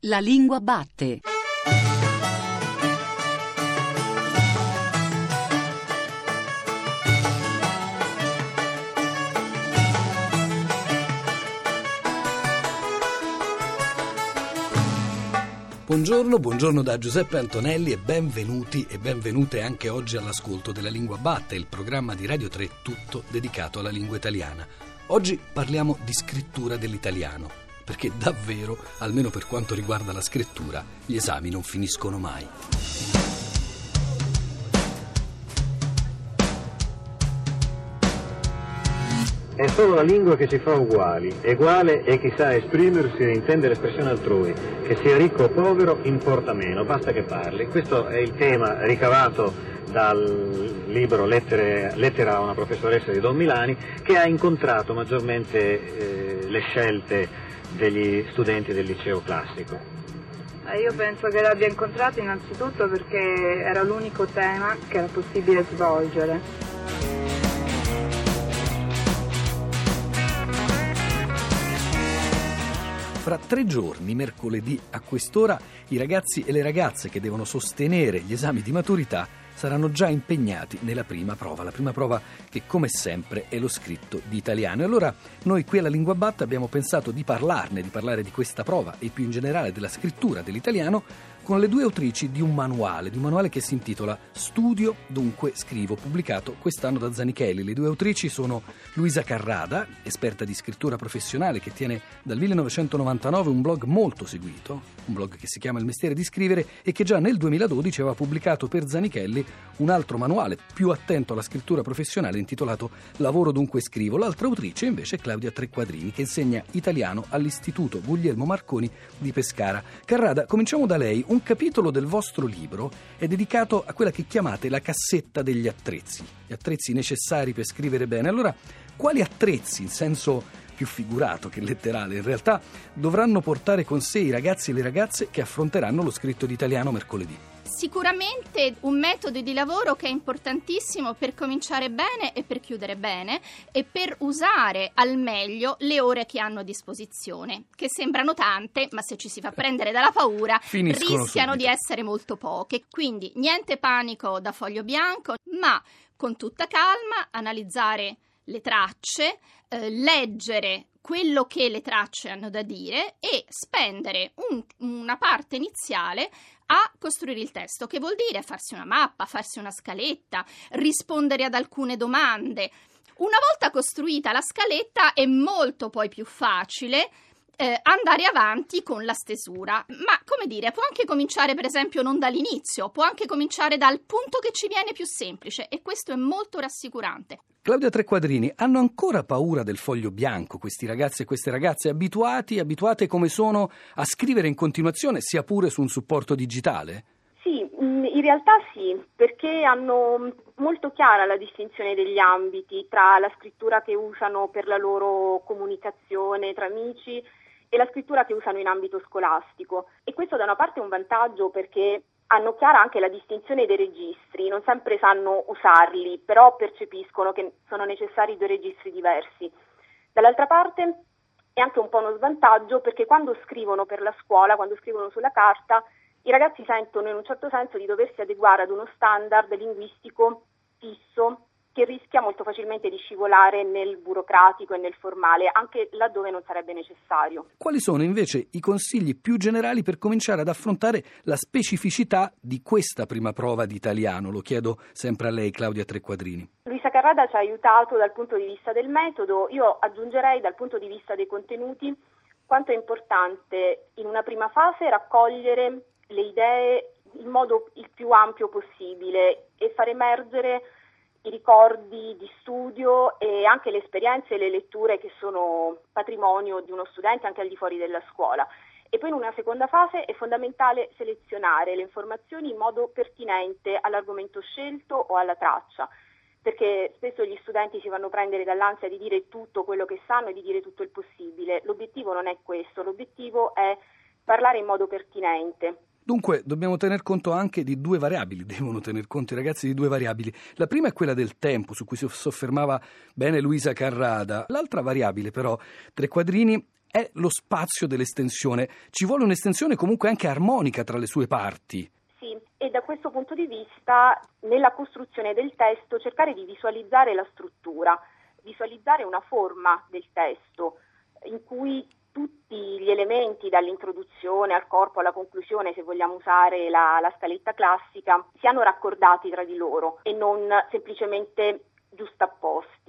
La lingua batte. Buongiorno da Giuseppe Antonelli e benvenuti e benvenute anche oggi all'ascolto della Lingua Batte, il programma di Radio 3 tutto dedicato alla lingua italiana. Oggi parliamo di scrittura dell'italiano, perché davvero, almeno per quanto riguarda la scrittura, gli esami non finiscono mai. È solo la lingua che ci fa uguali. Eguale è chi sa esprimersi e intende l'espressione altrui. Che sia ricco o povero importa meno, basta che parli. Questo è il tema ricavato dal libro Lettera a una professoressa di Don Milani, che ha incontrato maggiormente le scelte degli studenti del liceo classico. Io penso che l'abbia incontrato innanzitutto perché era l'unico tema che era possibile svolgere. Fra 3 giorni, mercoledì, a quest'ora, i ragazzi e le ragazze che devono sostenere gli esami di maturità saranno già impegnati nella prima prova. La prima prova che, come sempre, è lo scritto di italiano. E allora noi qui alla Lingua Batte abbiamo pensato di parlare di questa prova e più in generale della scrittura dell'italiano con le 2 autrici di un manuale che si intitola Studio, dunque scrivo, pubblicato quest'anno da Zanichelli. Le 2 autrici sono Luisa Carrada, esperta di scrittura professionale che tiene dal 1999 un blog molto seguito, un blog che si chiama Il mestiere di scrivere e che già nel 2012 aveva pubblicato per Zanichelli un altro manuale più attento alla scrittura professionale intitolato Lavoro dunque scrivo. L'altra autrice invece è Claudia Trequadrini, che insegna italiano all'Istituto Guglielmo Marconi di Pescara. Carrada, cominciamo da lei. Un capitolo del vostro libro è dedicato a quella che chiamate la cassetta degli attrezzi, gli attrezzi necessari per scrivere bene. Allora, quali attrezzi, in senso più figurato che letterale in realtà, dovranno portare con sé i ragazzi e le ragazze che affronteranno lo scritto di italiano mercoledì? Sicuramente un metodo di lavoro che è importantissimo per cominciare bene e per chiudere bene e per usare al meglio le ore che hanno a disposizione, che sembrano tante, ma se ci si fa prendere dalla paura rischiano subito di essere molto poche. Quindi niente panico da foglio bianco, ma con tutta calma analizzare le tracce, leggere quello che le tracce hanno da dire e spendere una parte iniziale a costruire il testo, che vuol dire farsi una mappa, farsi una scaletta, rispondere ad alcune domande. Una volta costruita la scaletta è molto poi più facile andare avanti con la stesura, ma come dire, può anche cominciare per esempio non dall'inizio, può anche cominciare dal punto che ci viene più semplice e questo è molto rassicurante. Claudia Trequadrini, hanno ancora paura del foglio bianco questi ragazzi e queste ragazze abituate come sono a scrivere in continuazione, sia pure su un supporto digitale? Sì, in realtà sì, perché hanno molto chiara la distinzione degli ambiti tra la scrittura che usano per la loro comunicazione tra amici e la scrittura che usano in ambito scolastico. E questo da una parte è un vantaggio perché hanno chiara anche la distinzione dei registri, non sempre sanno usarli, però percepiscono che sono necessari 2 registri diversi. Dall'altra parte è anche un po' uno svantaggio perché quando scrivono per la scuola, quando scrivono sulla carta, i ragazzi sentono in un certo senso di doversi adeguare ad uno standard linguistico fisso che rischia molto facilmente di scivolare nel burocratico e nel formale, anche laddove non sarebbe necessario. Quali sono invece i consigli più generali per cominciare ad affrontare la specificità di questa prima prova di italiano? Lo chiedo sempre a lei, Claudia Trequadrini. Luisa Carrada ci ha aiutato dal punto di vista del metodo, io aggiungerei dal punto di vista dei contenuti quanto è importante in una prima fase raccogliere le idee in modo il più ampio possibile e far emergere i ricordi di studio e anche le esperienze e le letture che sono patrimonio di uno studente anche al di fuori della scuola. E poi in una seconda fase è fondamentale selezionare le informazioni in modo pertinente all'argomento scelto o alla traccia, perché spesso gli studenti si fanno prendere dall'ansia di dire tutto quello che sanno e di dire tutto il possibile. L'obiettivo non è questo, l'obiettivo è parlare in modo pertinente. Dunque dobbiamo tener conto anche di due variabili, devono tener conto i ragazzi di due variabili. La prima è quella del tempo, su cui si soffermava bene Luisa Carrada. L'altra variabile però, Tre Quadrini, è lo spazio dell'estensione. Ci vuole un'estensione comunque anche armonica tra le sue parti. Sì, e da questo punto di vista, nella costruzione del testo, cercare di visualizzare la struttura, visualizzare una forma del testo in cui tutti gli elementi, dall'introduzione al corpo alla conclusione, se vogliamo usare la scaletta classica, siano raccordati tra di loro e non semplicemente giustapposti,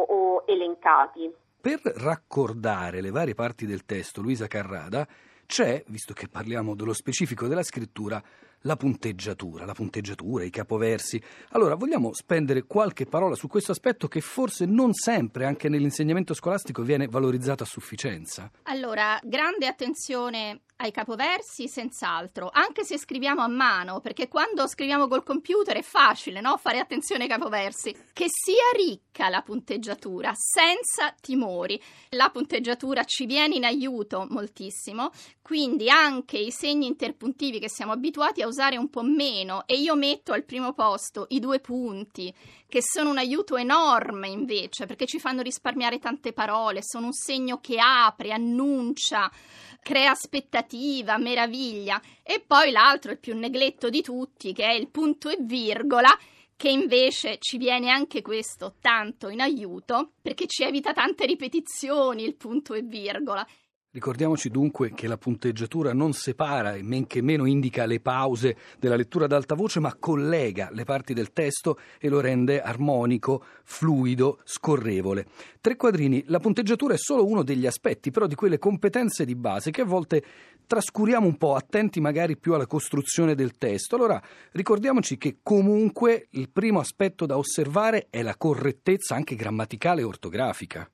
o elencati. Per raccordare le varie parti del testo, Luisa Carrada, c'è, visto che parliamo dello specifico della scrittura, la punteggiatura, i capoversi. Allora, vogliamo spendere qualche parola su questo aspetto che forse non sempre, anche nell'insegnamento scolastico, viene valorizzato a sufficienza? Allora, grande attenzione ai capoversi, senz'altro, anche se scriviamo a mano, perché quando scriviamo col computer è facile, no? Fare attenzione ai capoversi. Che sia ricca la punteggiatura, senza timori. La punteggiatura ci viene in aiuto moltissimo, quindi anche i segni interpuntivi che siamo abituati a usare un po' meno, e io metto al primo posto i 2 punti, che sono un aiuto enorme invece, perché ci fanno risparmiare tante parole, sono un segno che apre, annuncia, crea aspettativa, meraviglia. E poi l'altro, il più negletto di tutti, che è il punto e virgola, che invece ci viene anche questo tanto in aiuto, perché ci evita tante ripetizioni il punto e virgola. Ricordiamoci dunque che la punteggiatura non separa e men che meno indica le pause della lettura ad alta voce, ma collega le parti del testo e lo rende armonico, fluido, scorrevole. Tre Quadrini, la punteggiatura è solo uno degli aspetti, però, di quelle competenze di base che a volte trascuriamo un po', attenti magari più alla costruzione del testo. Allora, ricordiamoci che comunque il primo aspetto da osservare è la correttezza anche grammaticale e ortografica.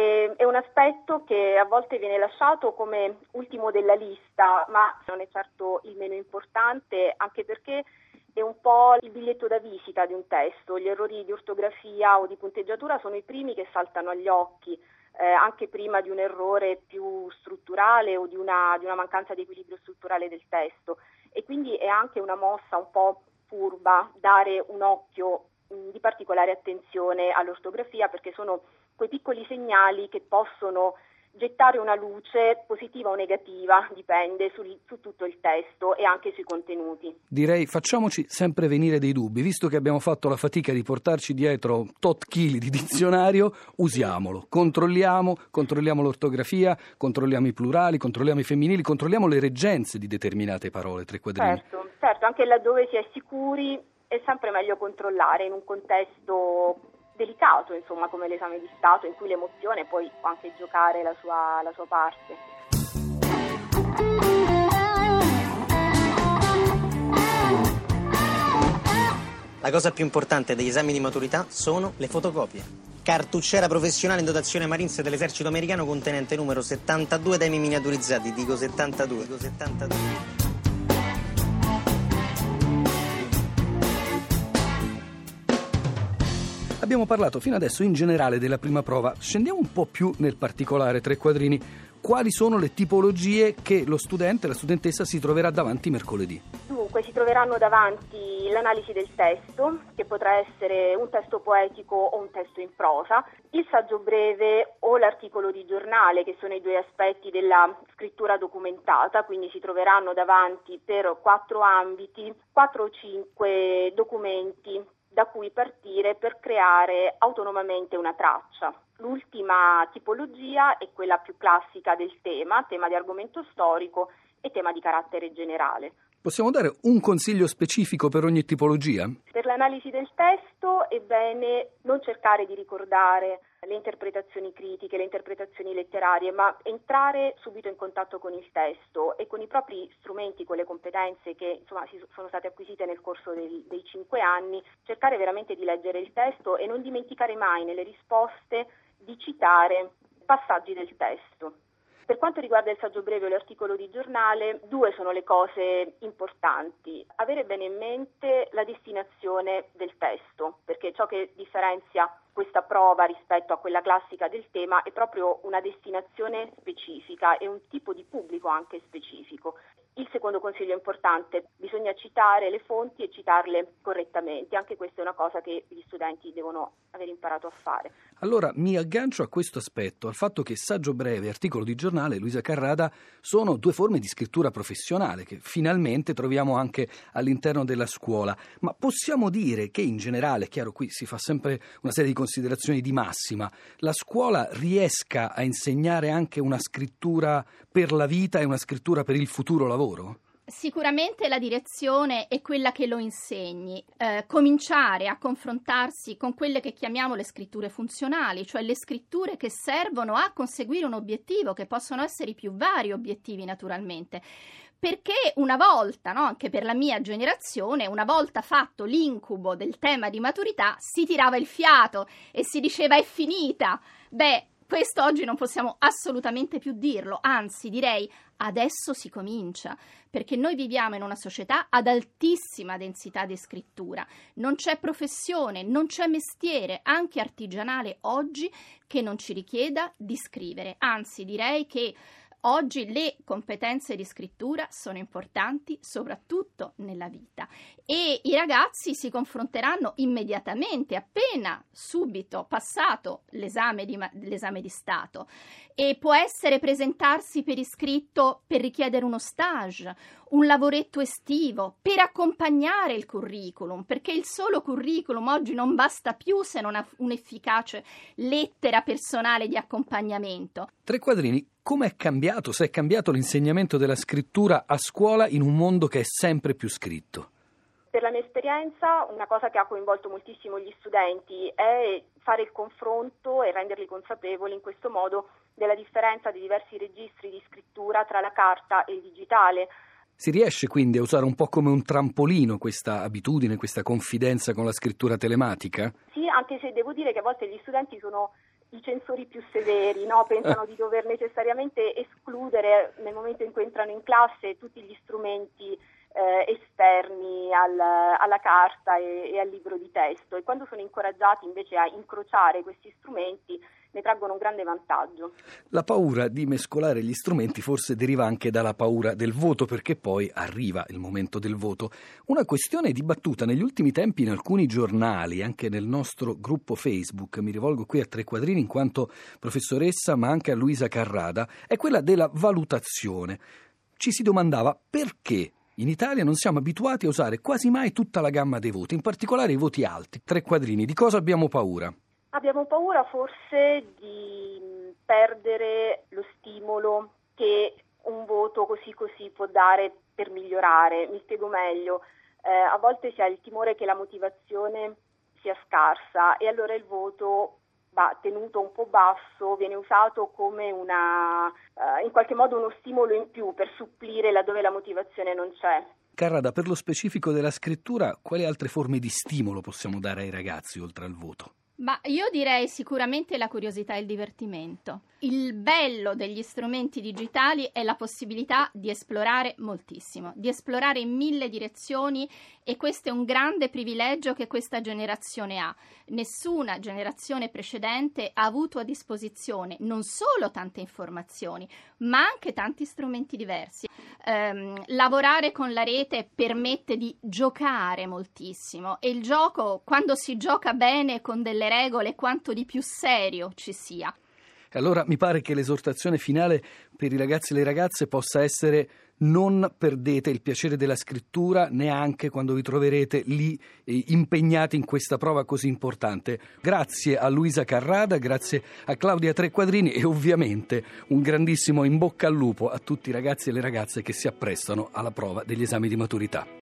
È un aspetto che a volte viene lasciato come ultimo della lista, ma non è certo il meno importante, anche perché è un po' il biglietto da visita di un testo. Gli errori di ortografia o di punteggiatura sono i primi che saltano agli occhi, anche prima di un errore più strutturale o di una mancanza di equilibrio strutturale del testo. E quindi è anche una mossa un po' furba dare un occhio di particolare attenzione all'ortografia, perché sono quei piccoli segnali che possono gettare una luce positiva o negativa, dipende, su tutto il testo e anche sui contenuti. Direi facciamoci sempre venire dei dubbi, visto che abbiamo fatto la fatica di portarci dietro tot chili di dizionario, usiamolo, controlliamo l'ortografia, controlliamo i plurali, controlliamo i femminili, controlliamo le reggenze di determinate parole, Tre Quadrini. Certo, anche laddove si è sicuri è sempre meglio controllare in un contesto delicato, insomma, come l'esame di Stato, in cui l'emozione poi può anche giocare la sua parte. La cosa più importante degli esami di maturità sono le fotocopie. Cartucciera professionale in dotazione Marines dell'esercito americano contenente numero 72 temi miniaturizzati, dico 72. Abbiamo parlato fino adesso in generale della prima prova, scendiamo un po' più nel particolare, Tre Quadrini. Quali sono le tipologie che lo studente, la studentessa si troverà davanti mercoledì? Dunque, si troveranno davanti l'analisi del testo, che potrà essere un testo poetico o un testo in prosa, il saggio breve o l'articolo di giornale, che sono i 2 aspetti della scrittura documentata, quindi si troveranno davanti per 4 ambiti, 4 o 5 documenti da cui partire per creare autonomamente una traccia. L'ultima tipologia è quella più classica del tema di argomento storico e tema di carattere generale. Possiamo dare un consiglio specifico per ogni tipologia? Per l'analisi del testo è bene non cercare di ricordare le interpretazioni critiche, le interpretazioni letterarie, ma entrare subito in contatto con il testo e con i propri strumenti, con le competenze che sono state acquisite nel corso dei 5 anni, cercare veramente di leggere il testo e non dimenticare mai nelle risposte di citare passaggi del testo. Per quanto riguarda il saggio breve o l'articolo di giornale, 2 sono le cose importanti. Avere bene in mente la destinazione del testo, perché ciò che differenzia questa prova rispetto a quella classica del tema è proprio una destinazione specifica e un tipo di pubblico anche specifico. Il secondo secondo consiglio importante: bisogna citare le fonti e citarle correttamente. Anche questa è una cosa che gli studenti devono aver imparato a fare. Allora mi aggancio a questo aspetto, al fatto che saggio breve e articolo di giornale, Luisa Carrada, sono due forme di scrittura professionale che finalmente troviamo anche all'interno della scuola. Ma possiamo dire che in generale, chiaro, qui si fa sempre una serie di considerazioni di massima, la scuola riesca a insegnare anche una scrittura per la vita e una scrittura per il futuro lavoro? Sicuramente la direzione è quella che lo insegni, cominciare a confrontarsi con quelle che chiamiamo le scritture funzionali, cioè le scritture che servono a conseguire un obiettivo, che possono essere i più vari obiettivi naturalmente. Perché una volta, no, anche per la mia generazione, una volta fatto l'incubo del tema di maturità, si tirava il fiato e si diceva è finita. Questo oggi non possiamo assolutamente più dirlo, anzi direi adesso si comincia, perché noi viviamo in una società ad altissima densità di scrittura. Non c'è professione, non c'è mestiere, anche artigianale oggi, che non ci richieda di scrivere. Anzi direi che oggi le competenze di scrittura sono importanti soprattutto nella vita e i ragazzi si confronteranno immediatamente, appena subito passato l'esame di Stato, e può essere presentarsi per iscritto per richiedere uno stage, un lavoretto estivo, per accompagnare il curriculum, perché il solo curriculum oggi non basta più se non ha un'efficace lettera personale di accompagnamento. Tre Quadrini, come è cambiato, se è cambiato l'insegnamento della scrittura a scuola in un mondo che è sempre più scritto? Per la mia esperienza, una cosa che ha coinvolto moltissimo gli studenti è fare il confronto e renderli consapevoli in questo modo della differenza dei diversi registri di scrittura tra la carta e il digitale. Si riesce quindi a usare un po' come un trampolino questa abitudine, questa confidenza con la scrittura telematica? Sì, anche se devo dire che a volte gli studenti sono i censori più severi, no? Pensano di dover necessariamente escludere nel momento in cui entrano in classe tutti gli strumenti esterni alla carta e al libro di testo, e quando sono incoraggiati invece a incrociare questi strumenti ne traggono un grande vantaggio. La paura di mescolare gli strumenti forse deriva anche dalla paura del voto, perché poi arriva il momento del voto. Una questione dibattuta negli ultimi tempi in alcuni giornali, anche nel nostro gruppo Facebook, mi rivolgo qui a Tre Quadrini in quanto professoressa ma anche a Luisa Carrada, è quella della valutazione. Ci si domandava perché in Italia non siamo abituati a usare quasi mai tutta la gamma dei voti, in particolare i voti alti. Tre Quadrini, di cosa abbiamo paura? Abbiamo paura forse di perdere lo stimolo che un voto così può dare per migliorare. Mi spiego meglio. A volte si ha il timore che la motivazione sia scarsa e allora il voto va tenuto un po' basso, viene usato come in qualche modo uno stimolo in più per supplire laddove la motivazione non c'è. Carrada, per lo specifico della scrittura, quali altre forme di stimolo possiamo dare ai ragazzi oltre al voto? Ma io direi sicuramente la curiosità e il divertimento. Il bello degli strumenti digitali è la possibilità di esplorare moltissimo, di esplorare in 1000 direzioni, e questo è un grande privilegio che questa generazione ha. Nessuna generazione precedente ha avuto a disposizione non solo tante informazioni, ma anche tanti strumenti diversi. Lavorare con la rete permette di giocare moltissimo, e il gioco, quando si gioca bene con delle regole, quanto di più serio ci sia. Allora mi pare che l'esortazione finale per i ragazzi e le ragazze possa essere: non perdete il piacere della scrittura neanche quando vi troverete lì impegnati in questa prova così importante. Grazie a Luisa Carrada, grazie a Claudia Tre Quadrini e ovviamente un grandissimo in bocca al lupo a tutti i ragazzi e le ragazze che si apprestano alla prova degli esami di maturità.